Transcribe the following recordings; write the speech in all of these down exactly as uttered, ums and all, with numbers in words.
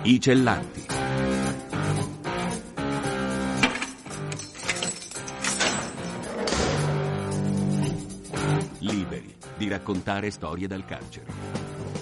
I Cellanti. Liberi di raccontare storie dal carcere.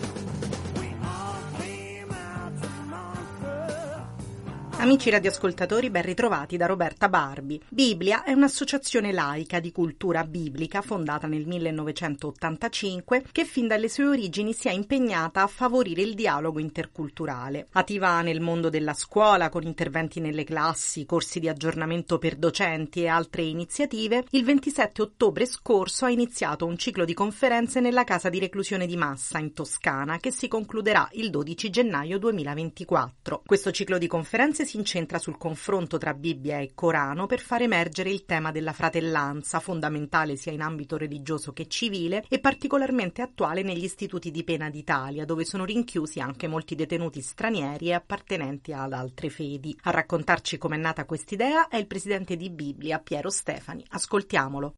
Amici radioascoltatori, ben ritrovati da Roberta Barbi. Biblia è un'associazione laica di cultura biblica fondata nel millenovecentottantacinque che fin dalle sue origini si è impegnata a favorire il dialogo interculturale. Attiva nel mondo della scuola con interventi nelle classi, corsi di aggiornamento per docenti e altre iniziative, il ventisette ottobre scorso ha iniziato un ciclo di conferenze nella casa di reclusione di Massa in Toscana che si concluderà il dodici gennaio duemilaventiquattro. Questo ciclo di conferenze si incentra sul confronto tra Bibbia e Corano per far emergere il tema della fratellanza, fondamentale sia in ambito religioso che civile e particolarmente attuale negli istituti di pena d'Italia, dove sono rinchiusi anche molti detenuti stranieri e appartenenti ad altre fedi. A raccontarci com'è nata quest'idea è il presidente di Biblia, Piero Stefani. Ascoltiamolo.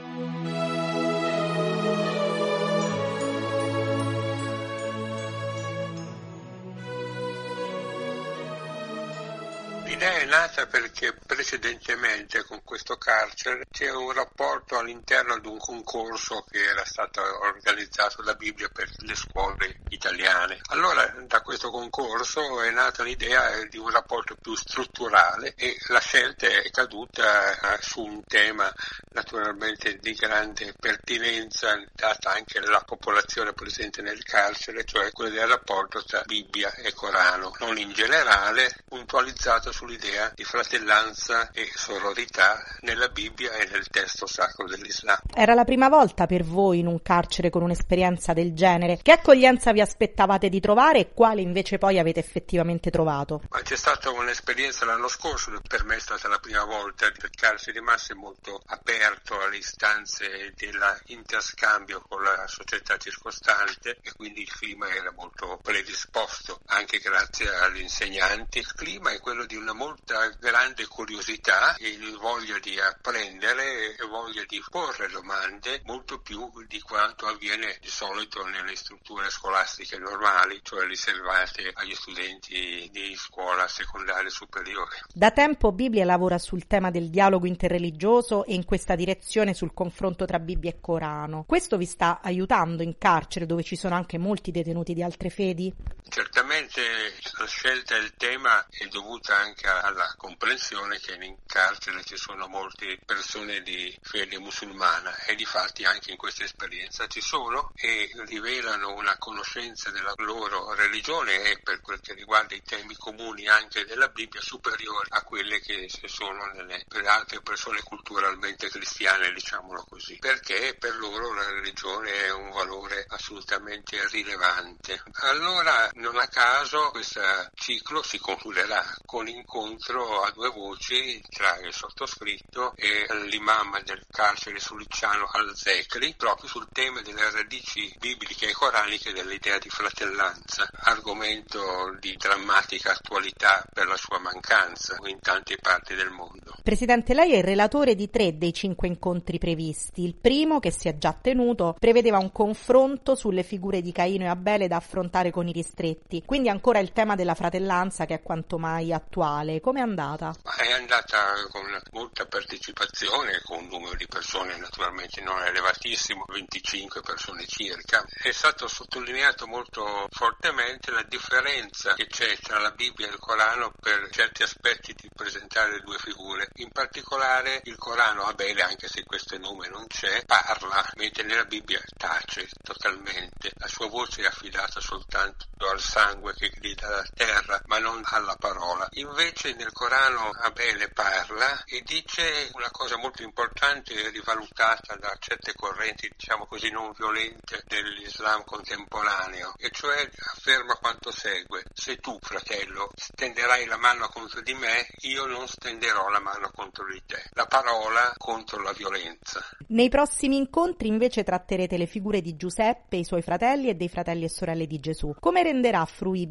L'idea è nata perché precedentemente con questo carcere c'è un rapporto all'interno di un concorso che era stato organizzato da Bibbia per le scuole italiane. Allora da questo concorso è nata l'idea di un rapporto più strutturale e la scelta è caduta su un tema naturalmente di grande pertinenza data anche la popolazione presente nel carcere, cioè quello del rapporto tra Bibbia e Corano, non in generale, puntualizzato sull'idea di fratellanza e sororità nella Bibbia e nel testo sacro dell'Islam. Era la prima volta per voi in un carcere con un'esperienza del genere. Che accoglienza vi aspettavate di trovare e quale invece poi avete effettivamente trovato? Ma c'è stata un'esperienza l'anno scorso, per me è stata la prima volta. Il carcere di Massa è molto aperto alle istanze dell'interscambio con la società circostante e quindi il clima era molto predisposto, anche grazie agli insegnanti. Il clima è quello di una molta grande curiosità e voglia di apprendere e voglia di porre domande, molto più di quanto avviene di solito nelle strutture scolastiche normali, cioè riservate agli studenti di scuola secondaria superiore. Da tempo Bibbia lavora sul tema del dialogo interreligioso e in questa direzione sul confronto tra Bibbia e Corano. Questo vi sta aiutando in carcere, dove ci sono anche molti detenuti di altre fedi? Certamente la scelta del tema è dovuta anche alla comprensione che in carcere ci sono molte persone di fede musulmana e difatti anche in questa esperienza ci sono e rivelano una conoscenza della loro religione e per quel che riguarda i temi comuni anche della Bibbia superiore a quelle che sono nelle, per altre persone culturalmente cristiane, diciamolo così, perché per loro la religione è un valore assolutamente rilevante. Allora non a caso questo ciclo si concluderà con incontro a due voci tra il sottoscritto e l'imam del carcere suliciano Al-Zekri proprio sul tema delle radici bibliche e coraniche dell'idea di fratellanza, argomento di drammatica attualità per la sua mancanza in tante parti del mondo. Presidente, lei è il relatore di tre dei cinque incontri previsti. Il primo, che si è già tenuto, prevedeva un confronto sulle figure di Caino e Abele da affrontare con i ristretti, quindi ancora il tema della fratellanza che è quanto mai attuale. Come è andata? È andata con molta partecipazione, con un numero di persone naturalmente non elevatissimo, venticinque persone circa. È stato sottolineato molto fortemente la differenza che c'è tra la Bibbia e il Corano per certi aspetti di presentare due figure. In particolare il Corano, Abele, anche se questo nome non c'è, parla, mentre nella Bibbia tace totalmente. La sua voce è affidata soltanto al sangue che grida dalla terra, ma non alla parola. Invece nel Corano Abele parla e dice una cosa molto importante e rivalutata da certe correnti, diciamo così, non violente dell'Islam contemporaneo, e cioè afferma quanto segue: se tu, fratello, stenderai la mano contro di me, io non stenderò la mano contro di te. La parola contro la violenza. Nei prossimi incontri invece tratterete le figure di Giuseppe, i suoi fratelli e dei fratelli e sorelle di Gesù. Come renderà fruibile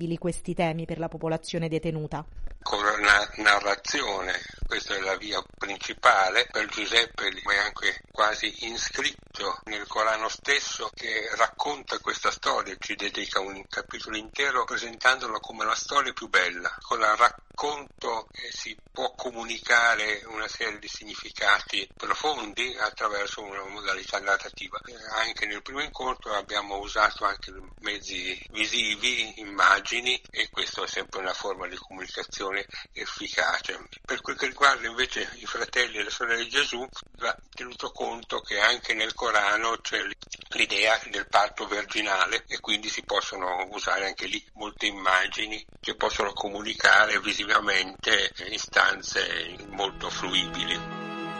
fruibili questi temi per la popolazione detenuta? Con una narrazione, questa è la via principale. Per Giuseppe è anche quasi iscritto nel Corano stesso, che racconta questa storia, ci dedica un capitolo intero presentandola come la storia più bella. Con il racconto eh, si può comunicare una serie di significati profondi attraverso una modalità narrativa. Eh, anche nel primo incontro abbiamo usato anche mezzi visivi, immagini, e questo è sempre una forma di comunicazione efficace. Per quel che riguarda invece i fratelli e le sorelle di Gesù, va tenuto conto che anche nel Corano c'è l'idea del parto virginale e quindi si possono usare anche lì molte immagini che possono comunicare visivamente istanze molto fruibili.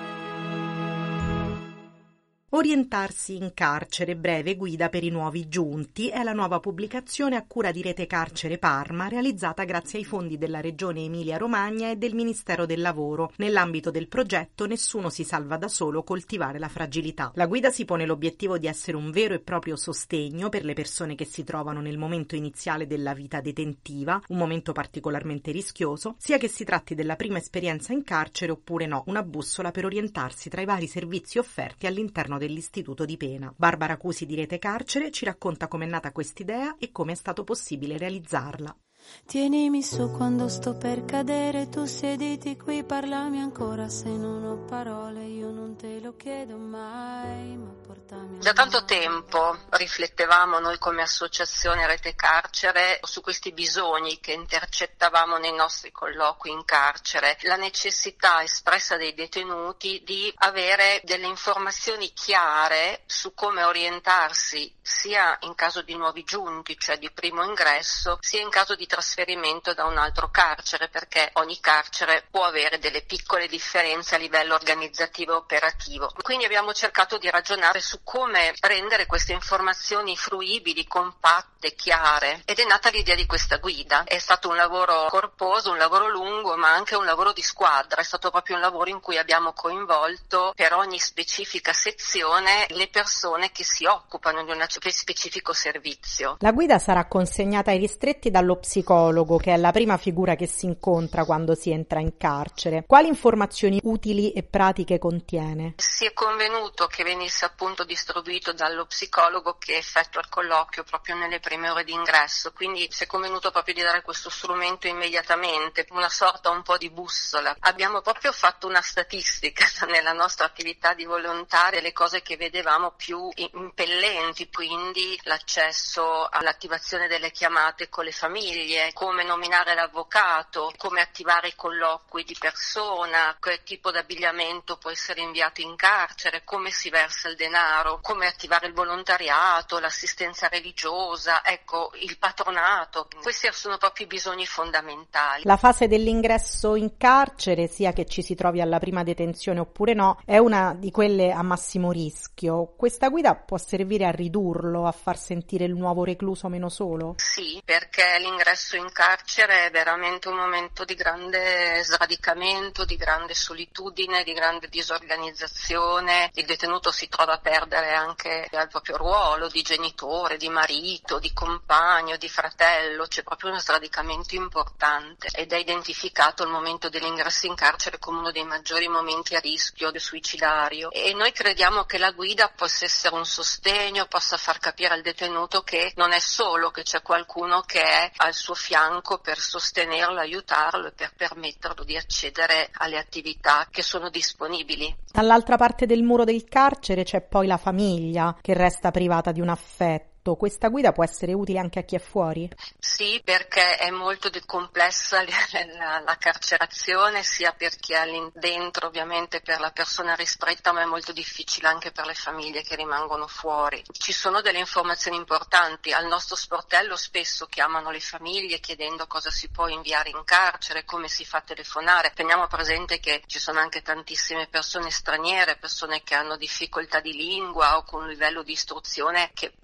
Orientarsi in carcere, breve guida per i nuovi giunti, è la nuova pubblicazione a cura di Rete Carcere Parma, realizzata grazie ai fondi della Regione Emilia-Romagna e del Ministero del Lavoro. Nell'ambito del progetto Nessuno si salva da solo, coltivare la fragilità. La guida si pone l'obiettivo di essere un vero e proprio sostegno per le persone che si trovano nel momento iniziale della vita detentiva, un momento particolarmente rischioso, sia che si tratti della prima esperienza in carcere oppure no, una bussola per orientarsi tra i vari servizi offerti all'interno dell'istituto di pena. Barbara Cusi di Rete Carcere ci racconta com'è nata quest'idea e come è stato possibile realizzarla. Tienimi su quando sto per cadere, tu siediti qui, parlami ancora, se non ho parole io non te lo chiedo mai, ma portami. Da tanto tempo riflettevamo noi come associazione Rete Carcere su questi bisogni che intercettavamo nei nostri colloqui in carcere, la necessità espressa dei detenuti di avere delle informazioni chiare su come orientarsi sia in caso di nuovi giunti, cioè di primo ingresso, sia in caso di trasferimento da un altro carcere, perché ogni carcere può avere delle piccole differenze a livello organizzativo e operativo. Quindi abbiamo cercato di ragionare su come rendere queste informazioni fruibili, compatte, chiare, ed è nata l'idea di questa guida. È stato un lavoro corposo, un lavoro lungo, ma anche un lavoro di squadra. È stato proprio un lavoro in cui abbiamo coinvolto per ogni specifica sezione le persone che si occupano di un specifico servizio. La guida sarà consegnata ai ristretti dallo psicologo, che è la prima figura che si incontra quando si entra in carcere. Quali informazioni utili e pratiche contiene? Si è convenuto che venisse appunto distribuito dallo psicologo che effettua il colloquio proprio nelle prime ore di ingresso, quindi si è convenuto proprio di dare questo strumento immediatamente, una sorta un po' di bussola. Abbiamo proprio fatto una statistica nella nostra attività di volontari, le cose che vedevamo più impellenti, quindi l'accesso all'attivazione delle chiamate con le famiglie, come nominare l'avvocato, come attivare i colloqui di persona, che tipo di abbigliamento può essere inviato in carcere, come si versa il denaro, come attivare il volontariato, l'assistenza religiosa, ecco, il patronato. Questi sono proprio i bisogni fondamentali. La fase dell'ingresso in carcere, sia che ci si trovi alla prima detenzione oppure no, è una di quelle a massimo rischio. Questa guida può servire a ridurlo, a far sentire il nuovo recluso meno solo? Sì, perché l'ingresso in carcere è veramente un momento di grande sradicamento, di grande solitudine, di grande disorganizzazione. Il detenuto si trova a perdere anche il proprio ruolo di genitore, di marito, di compagno, di fratello. C'è proprio uno sradicamento importante ed è identificato il momento dell'ingresso in carcere come uno dei maggiori momenti a rischio suicidario. E noi crediamo che la guida possa essere un sostegno, possa far capire al detenuto che non è solo, che c'è qualcuno che è al suo fianco per sostenerlo, aiutarlo e per permetterlo di accedere alle attività che sono disponibili. Dall'altra parte del muro del carcere c'è poi la famiglia, che resta privata di un affetto. Questa guida può essere utile anche a chi è fuori? Sì, perché è molto complessa la, la carcerazione, sia per chi è dentro, ovviamente per la persona ristretta, ma è molto difficile anche per le famiglie che rimangono fuori. Ci sono delle informazioni importanti. Al nostro sportello spesso chiamano le famiglie chiedendo cosa si può inviare in carcere, come si fa a telefonare. Teniamo presente che ci sono anche tantissime persone straniere, persone che hanno difficoltà di lingua o con un livello di istruzione che può mettere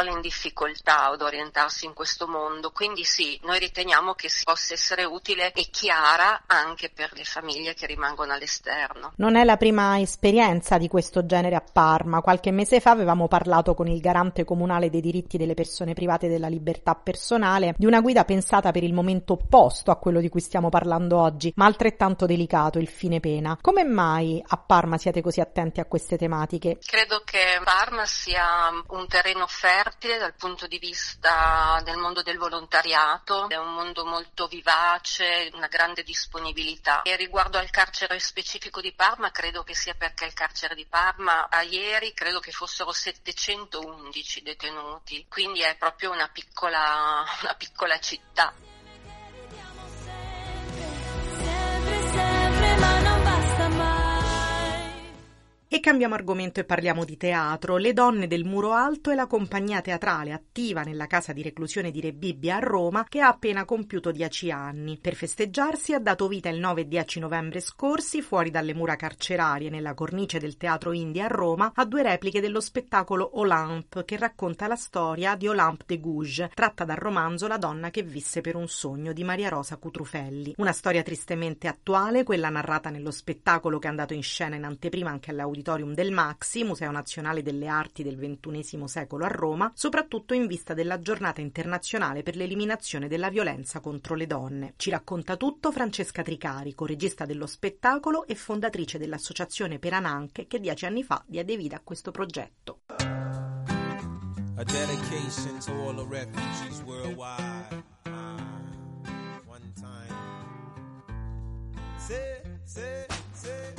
trovarle in difficoltà ad orientarsi in questo mondo. Quindi sì, noi riteniamo che possa essere utile e chiara anche per le famiglie che rimangono all'esterno. Non è la prima esperienza di questo genere a Parma. Qualche mese fa avevamo parlato con il garante comunale dei diritti delle persone private e della libertà personale di una guida pensata per il momento opposto a quello di cui stiamo parlando oggi, ma altrettanto delicato, il fine pena. Come mai a Parma siete così attenti a queste tematiche? Credo che Parma sia un terreno fertile dal punto di vista del mondo del volontariato, è un mondo molto vivace, una grande disponibilità. E riguardo al carcere specifico di Parma, credo che sia perché il carcere di Parma a ieri credo che fossero settecentoundici detenuti, quindi è proprio una piccola, una piccola città. E cambiamo argomento e parliamo di teatro. Le donne del Muro Alto è la compagnia teatrale attiva nella casa di reclusione di Re Bibbia a Roma che ha appena compiuto dieci anni. Per festeggiarsi ha dato vita il nove e dieci novembre scorsi, fuori dalle mura carcerarie, nella cornice del Teatro India a Roma, a due repliche dello spettacolo Olympe, che racconta la storia di Olympe de Gouges, tratta dal romanzo La donna che visse per un sogno di Maria Rosa Cutrufelli. Una storia tristemente attuale, quella narrata nello spettacolo che è andato in scena in anteprima anche all'Auditorium del Maxi, Museo Nazionale delle Arti del ventunesimo secolo a Roma, soprattutto in vista della giornata internazionale per l'eliminazione della violenza contro le donne. Ci racconta tutto Francesca Tricari, co-regista dello spettacolo e fondatrice dell'associazione Per Ananche, che dieci anni fa diede vita a questo progetto. A dedication to all the refugees worldwide. Uh, one time. Say, say, say.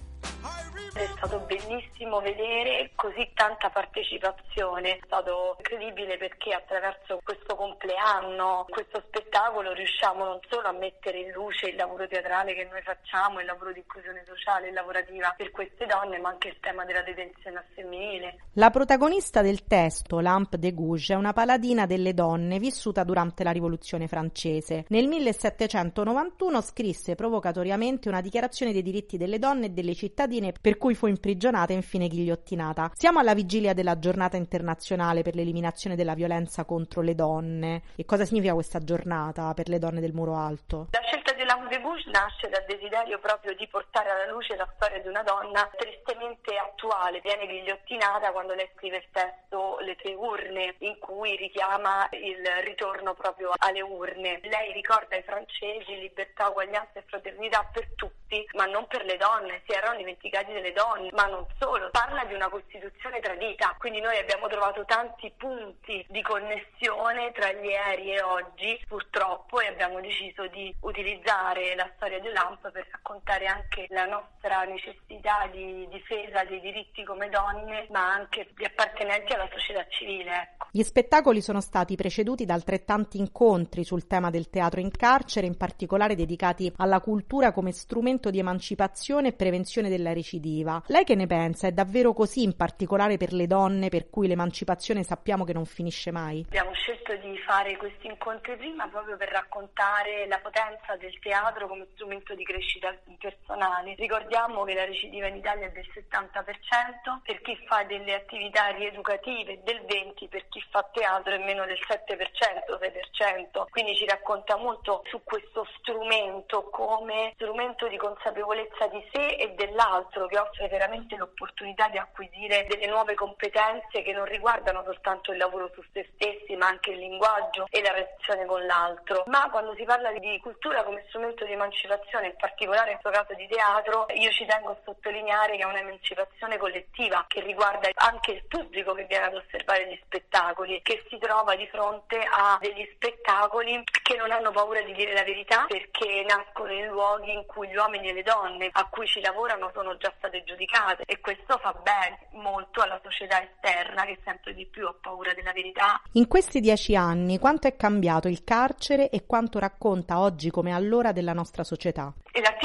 È stato bellissimo vedere così tanta partecipazione, è stato incredibile perché attraverso questo compleanno, questo spettacolo riusciamo non solo a mettere in luce il lavoro teatrale che noi facciamo, il lavoro di inclusione sociale e lavorativa per queste donne, ma anche il tema della detenzione femminile. La protagonista del testo, Olympe de Gouges, è una paladina delle donne vissuta durante la Rivoluzione francese. Nel millesettecentonovantuno scrisse provocatoriamente una dichiarazione dei diritti delle donne e delle cittadine per cui fu imprigionata e infine ghigliottinata. Siamo alla vigilia della giornata internazionale per l'eliminazione della violenza contro le donne. E cosa significa questa giornata per le donne del Muro Alto? La scelta di Olympe de Gouges nasce dal desiderio proprio di portare alla luce la storia di una donna tristemente attuale. Viene ghigliottinata quando lei scrive il testo Le tre urne, in cui richiama il ritorno proprio alle urne. Lei ricorda ai francesi libertà, uguaglianza e fraternità per tutti, ma non per le donne. Si erano dimenticati delle donne, ma non solo. Parla di una Costituzione tradita, quindi noi abbiamo trovato tanti punti di connessione tra gli ieri e oggi, purtroppo, e abbiamo deciso di utilizzare la storia di Olympe per raccontare anche la nostra necessità di difesa dei diritti come donne, ma anche di appartenenti alla società civile. Ecco. Gli spettacoli sono stati preceduti da altrettanti incontri sul tema del teatro in carcere, in particolare dedicati alla cultura come strumento di emancipazione e prevenzione della recidiva. Lei che ne pensa? È davvero così, in particolare per le donne, per cui l'emancipazione sappiamo che non finisce mai? Abbiamo scelto di fare questi incontri prima proprio per raccontare la potenza del teatro come strumento di crescita personale. Ricordiamo che la recidiva in Italia è del settanta per cento per chi fa delle attività rieducative, del venti per per chi fa teatro è meno del sette per cento, sei per cento, quindi ci racconta molto su questo strumento come strumento di consapevolezza di sé e dell'altro, che offre veramente l'opportunità di acquisire delle nuove competenze che non riguardano soltanto il lavoro su se stessi, ma anche il linguaggio e la relazione con l'altro. Ma quando si parla di cultura come strumento di emancipazione, in particolare in questo caso di teatro, io ci tengo a sottolineare che è un'emancipazione collettiva che riguarda anche il pubblico che viene ad osservare gli spettacoli, che si trova di fronte a degli spettacoli che non hanno paura di dire la verità, perché nascono in luoghi in cui gli uomini e le donne a cui ci lavorano sono già state giudicate, e questo fa bene molto alla società esterna che sempre di più ha paura della verità. In questi dieci anni quanto è cambiato il carcere e quanto racconta oggi come allora della nostra società? E l'attivo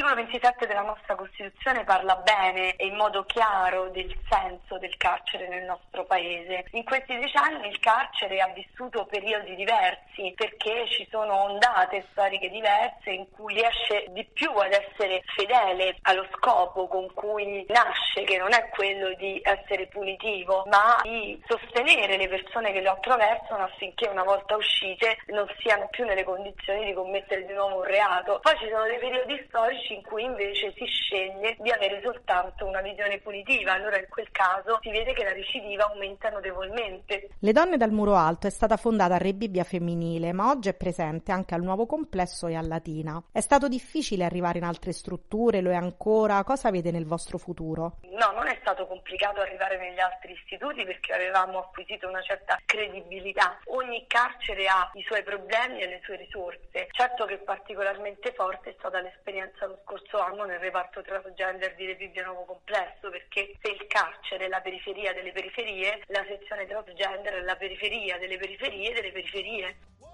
L'articolo ventisette della nostra Costituzione parla bene e in modo chiaro del senso del carcere nel nostro paese. In questi dieci anni il carcere ha vissuto periodi diversi perché ci sono ondate storiche diverse in cui riesce di più ad essere fedele allo scopo con cui nasce, che non è quello di essere punitivo, ma di sostenere le persone che lo attraversano affinché una volta uscite non siano più nelle condizioni di commettere di nuovo un reato. Poi ci sono dei periodi storici in cui invece si sceglie di avere soltanto una visione punitiva, allora in quel caso si vede che la recidiva aumenta notevolmente. Le Donne dal Muro Alto è stata fondata a Re Bibbia Femminile, ma oggi è presente anche al Nuovo Complesso e a Latina. È stato difficile arrivare in altre strutture, lo è ancora? Cosa vede nel vostro futuro? No, non è stato complicato arrivare negli altri istituti perché avevamo acquisito una certa credibilità. Ogni carcere ha i suoi problemi e le sue risorse. Certo che particolarmente forte è stata l'esperienza lo scorso anno nel reparto transgender di Re Bibbia Nuovo Complesso, perché se il carcere è la periferia delle periferie, la sezione transgender è la periferia delle periferie delle periferie.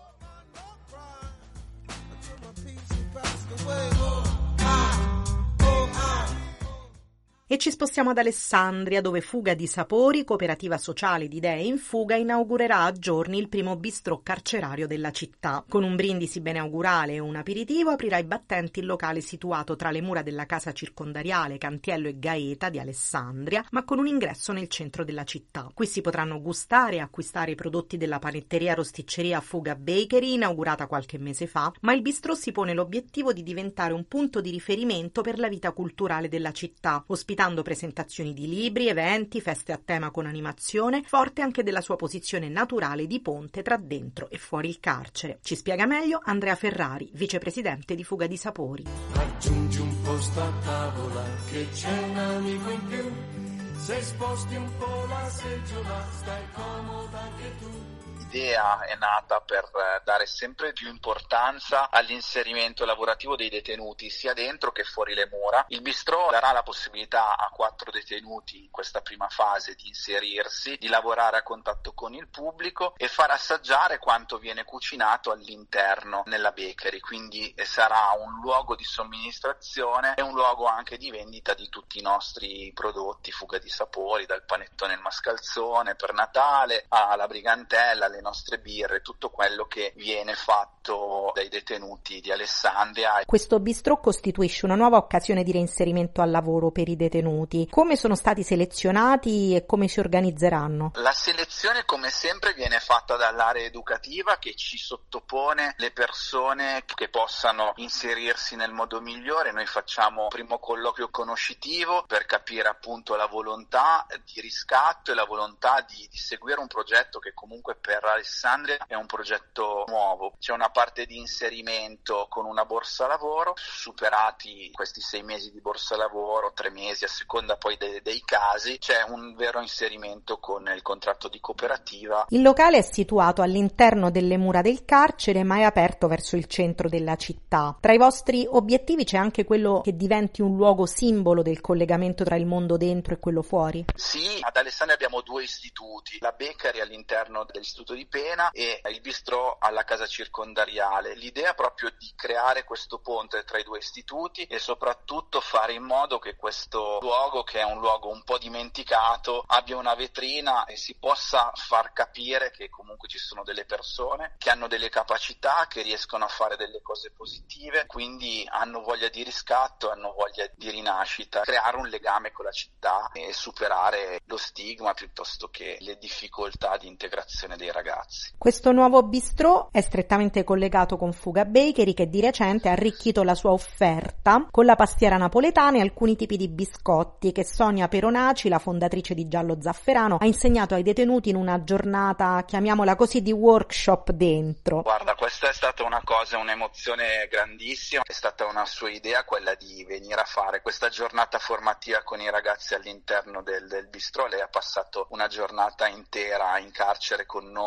E ci spostiamo ad Alessandria, dove Fuga di Sapori, cooperativa sociale di idee in fuga, inaugurerà a giorni il primo bistrò carcerario della città. Con un brindisi beneaugurale e un aperitivo aprirà i battenti il locale situato tra le mura della casa circondariale Cantiello e Gaeta di Alessandria, ma con un ingresso nel centro della città. Qui si potranno gustare e acquistare i prodotti della panetteria rosticceria Fuga Bakery, inaugurata qualche mese fa, ma il bistrò si pone l'obiettivo di diventare un punto di riferimento per la vita culturale della città, ospitando presentazioni di libri, eventi, feste a tema con animazione, forte anche della sua posizione naturale di ponte tra dentro e fuori il carcere. Ci spiega meglio Andrea Ferrari, vicepresidente di Fuga di Sapori. Aggiungi un posto a tavola che c'è un amico in più, se sposti un po' la seggiola stai comoda anche tu. L'idea è nata per dare sempre più importanza all'inserimento lavorativo dei detenuti sia dentro che fuori le mura. Il bistrò darà la possibilità a quattro detenuti in questa prima fase di inserirsi, di lavorare a contatto con il pubblico e far assaggiare quanto viene cucinato all'interno nella bakery, quindi sarà un luogo di somministrazione e un luogo anche di vendita di tutti i nostri prodotti Fuga di Sapori, dal panettone al mascalzone per Natale alla brigantella, le nostre birre, tutto quello che viene fatto dai detenuti di Alessandria. Questo bistrò costituisce una nuova occasione di reinserimento al lavoro per i detenuti. Come sono stati selezionati e come si organizzeranno? La selezione, come sempre, viene fatta dall'area educativa che ci sottopone le persone che possano inserirsi nel modo migliore. Noi facciamo un primo colloquio conoscitivo per capire appunto la volontà di riscatto e la volontà di, di seguire un progetto che comunque per Alessandria è un progetto nuovo. C'è una parte di inserimento con una borsa lavoro, superati questi sei mesi di borsa lavoro, tre mesi a seconda poi dei, dei casi, c'è un vero inserimento con il contratto di cooperativa. Il locale è situato all'interno delle mura del carcere ma è aperto verso il centro della città. Tra i vostri obiettivi c'è anche quello che diventi un luogo simbolo del collegamento tra il mondo dentro e quello fuori? Sì, ad Alessandria abbiamo due istituti, la bakery all'interno dell'istituto di pena e il bistrò alla casa circondariale. L'idea è proprio di creare questo ponte tra i due istituti e soprattutto fare in modo che questo luogo, che è un luogo un po' dimenticato, abbia una vetrina e si possa far capire che comunque ci sono delle persone che hanno delle capacità, che riescono a fare delle cose positive, quindi hanno voglia di riscatto, hanno voglia di rinascita, creare un legame con la città e superare lo stigma piuttosto che le difficoltà di integrazione dei ragazzi. Questo nuovo bistrò è strettamente collegato con Fuga Bakery, che di recente ha arricchito la sua offerta con la pastiera napoletana e alcuni tipi di biscotti che Sonia Peronaci, la fondatrice di Giallo Zafferano, ha insegnato ai detenuti in una giornata, chiamiamola così, di workshop dentro. Guarda, questa è stata una cosa, un'emozione grandissima, è stata una sua idea quella di venire a fare questa giornata formativa con i ragazzi all'interno del, del bistrò. Lei ha passato una giornata intera in carcere con noi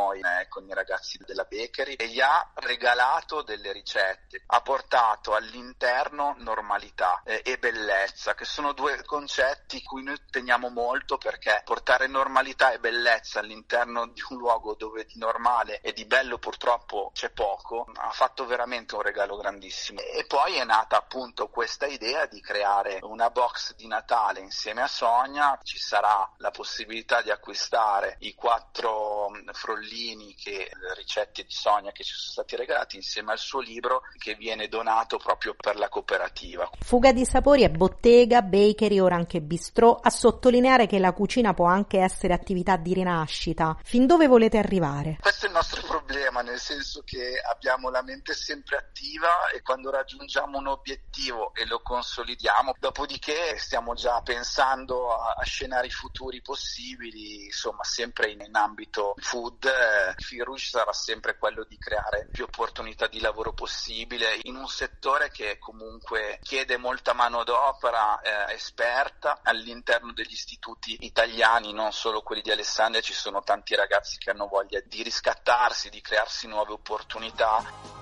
noi eh, con i ragazzi della Bakery e gli ha regalato delle ricette, ha portato all'interno normalità eh, e bellezza, che sono due concetti cui noi teniamo molto, perché portare normalità e bellezza all'interno di un luogo dove di normale e di bello purtroppo c'è poco, ha fatto veramente un regalo grandissimo. E poi è nata appunto questa idea di creare una box di Natale insieme a Sonia. Ci sarà la possibilità di acquistare i quattro frollini, che ricette di Sonia che ci sono stati regalati, insieme al suo libro che viene donato proprio per la cooperativa. Fuga di sapori è bottega, bakery, ora anche bistrò, a sottolineare che la cucina può anche essere attività di rinascita. Fin dove volete arrivare? Questo è il nostro problema, nel senso che abbiamo la mente sempre attiva e quando raggiungiamo un obiettivo e lo consolidiamo, dopodiché stiamo già pensando a, a scenari futuri possibili, insomma sempre in, in ambito food. Eh, il fil rouge sarà sempre quello di creare più opportunità di lavoro possibile in un settore che comunque chiede molta manodopera eh, esperta. All'interno degli istituti italiani, non solo quelli di Alessandria, ci sono tanti ragazzi che hanno voglia di riscattarsi, di crearsi nuove opportunità.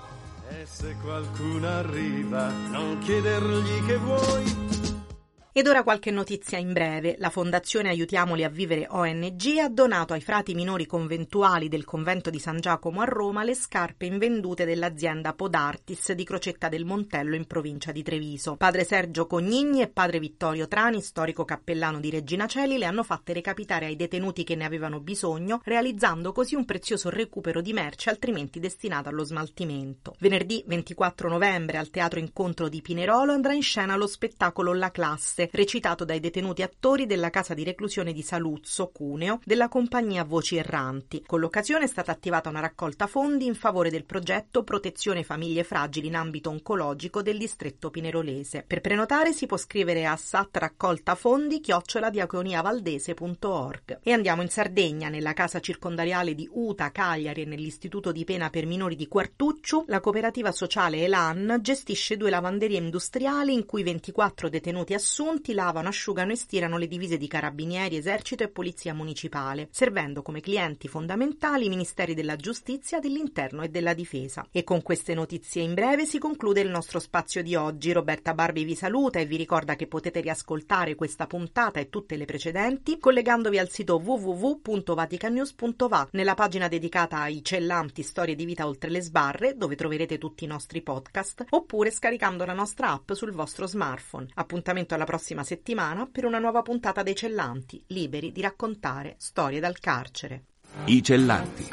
E se qualcuno arriva, non chiedergli che vuoi. Ed ora qualche notizia in breve. La Fondazione Aiutiamoli a Vivere O N G ha donato ai frati minori conventuali del convento di San Giacomo a Roma le scarpe invendute dell'azienda Podartis di Crocetta del Montello in provincia di Treviso. Padre Sergio Cognigni e padre Vittorio Trani, storico cappellano di Regina Coeli, le hanno fatte recapitare ai detenuti che ne avevano bisogno, realizzando così un prezioso recupero di merce altrimenti destinata allo smaltimento. Venerdì ventiquattro novembre al Teatro Incontro di Pinerolo andrà in scena lo spettacolo La Classe, recitato dai detenuti attori della casa di reclusione di Saluzzo, Cuneo, della compagnia Voci Erranti. Con l'occasione è stata attivata una raccolta fondi in favore del progetto Protezione Famiglie Fragili in ambito oncologico del distretto pinerolese. Per prenotare si può scrivere a satraccoltafondi chiocciola diaconiavaldese punto org. E andiamo in Sardegna, nella casa circondariale di Uta, Cagliari e nell'istituto di pena per minori di Quartucciu. La cooperativa sociale Elan gestisce due lavanderie industriali in cui ventiquattro detenuti assunti lavano, asciugano e stirano le divise di carabinieri, esercito e polizia municipale, servendo come clienti fondamentali i ministeri della giustizia, dell'interno e della difesa. E con queste notizie in breve si conclude il nostro spazio di oggi. Roberta Barbi vi saluta e vi ricorda che potete riascoltare questa puntata e tutte le precedenti collegandovi al sito w w w punto vatican news punto v a, nella pagina dedicata ai cellanti storie di vita oltre le sbarre, dove troverete tutti i nostri podcast, oppure scaricando la nostra app sul vostro smartphone. Appuntamento alla prossima settimana per una nuova puntata dei Cellanti, liberi di raccontare storie dal carcere. I Cellanti.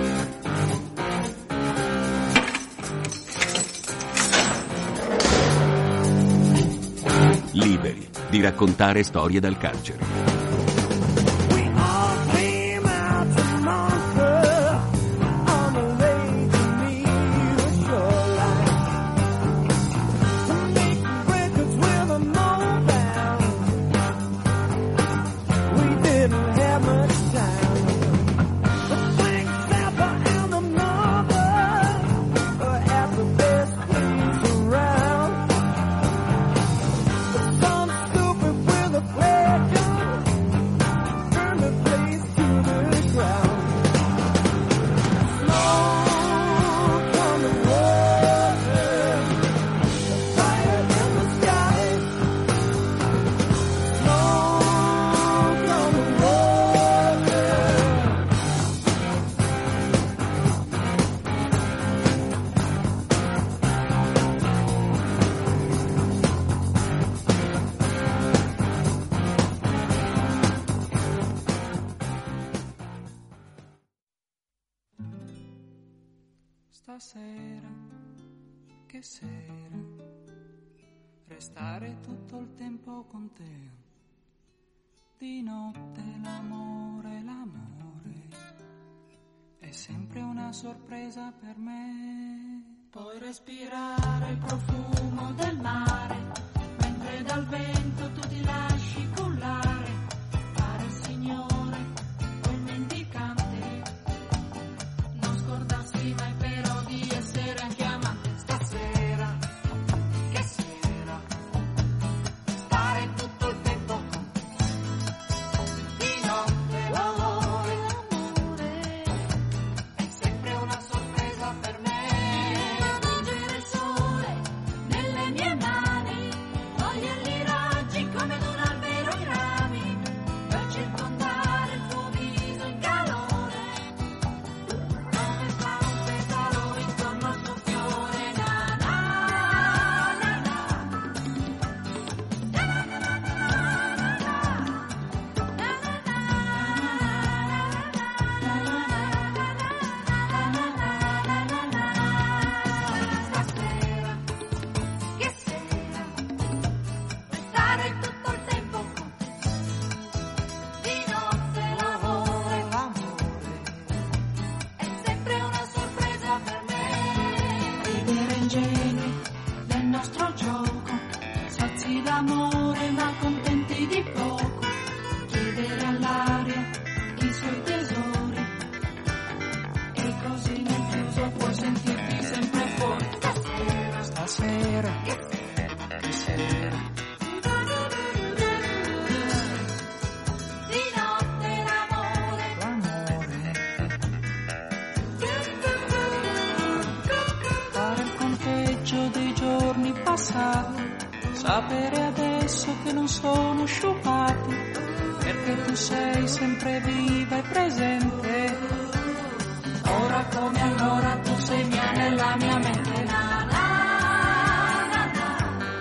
Liberi di raccontare storie dal carcere. Stasera, che sera, restare tutto il tempo con te. Di notte l'amore, l'amore, è sempre una sorpresa per me. Puoi respirare il profumo del mare, mentre dal vento tu ti lasci cullare. Fare il signore, quel mendicante, non scordarsi mai però di essere anche amante. Stasera, che sera, stare tutto il tempo con te. Di notte l'amore, l'amore, nostro gioco, sazi d'amore ma contenti di poco, chiedere all'aria i suoi tesori, e così nel chiuso puoi sentirti sempre fuori. Stasera, stasera, che sera, di notte l'amore, l'amore, fare il conteggio dei giorni passati, sapere adesso che non sono sciupati, perché tu sei sempre viva e presente, ora come allora tu sei mia nella mia mente. Na, na, na, na.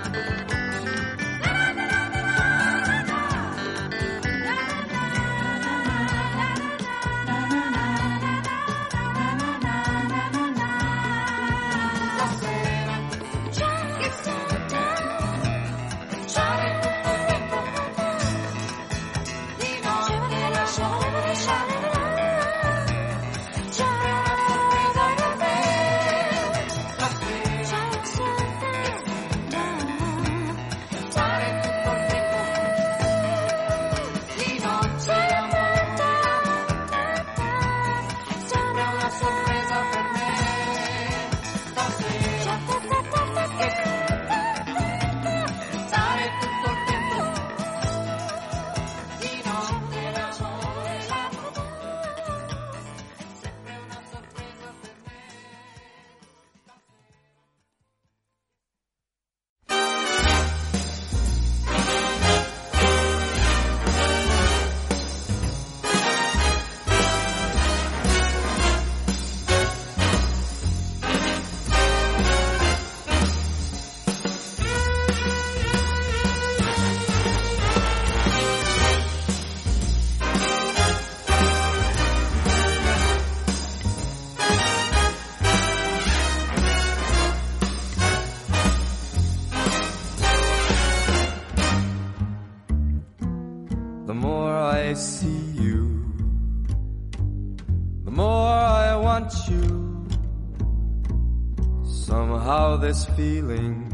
Somehow this feeling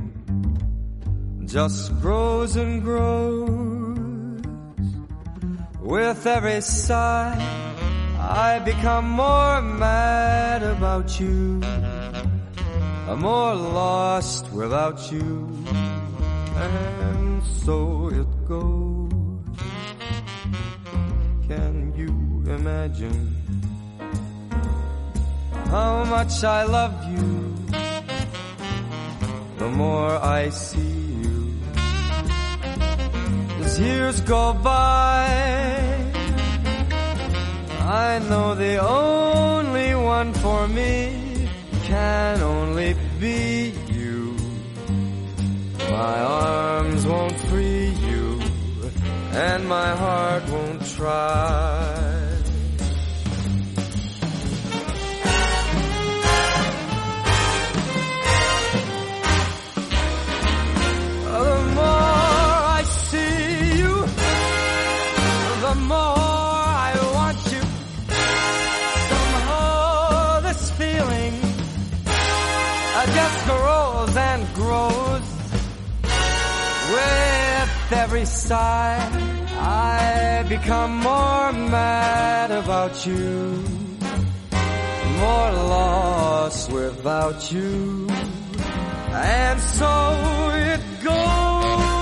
just grows and grows. With every sigh I become more mad about you. I'm more lost without you. And so it goes. Can you imagine how much I love you? The more I see you, as years go by, I know the only one for me can only be you. My arms won't free you, and my heart won't try. The more I want you, somehow this feeling just grows and grows. With every sigh I become more mad about you, more lost without you, and so it goes.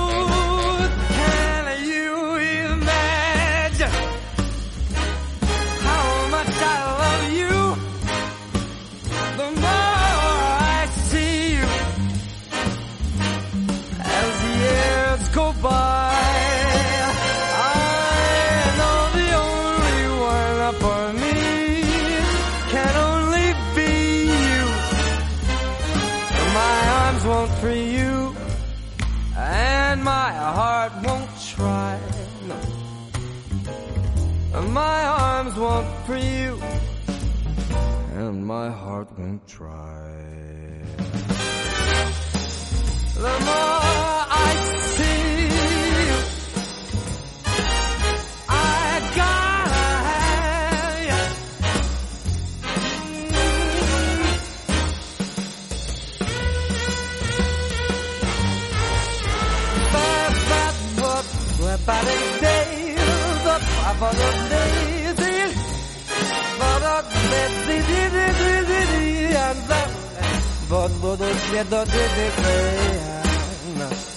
By. I know the only one for me can only be you. My arms won't free you, and my heart won't try. No. My arms won't free you, and my heart won't try. The more I see Friday day, the for the days, for the days, and the but but the the the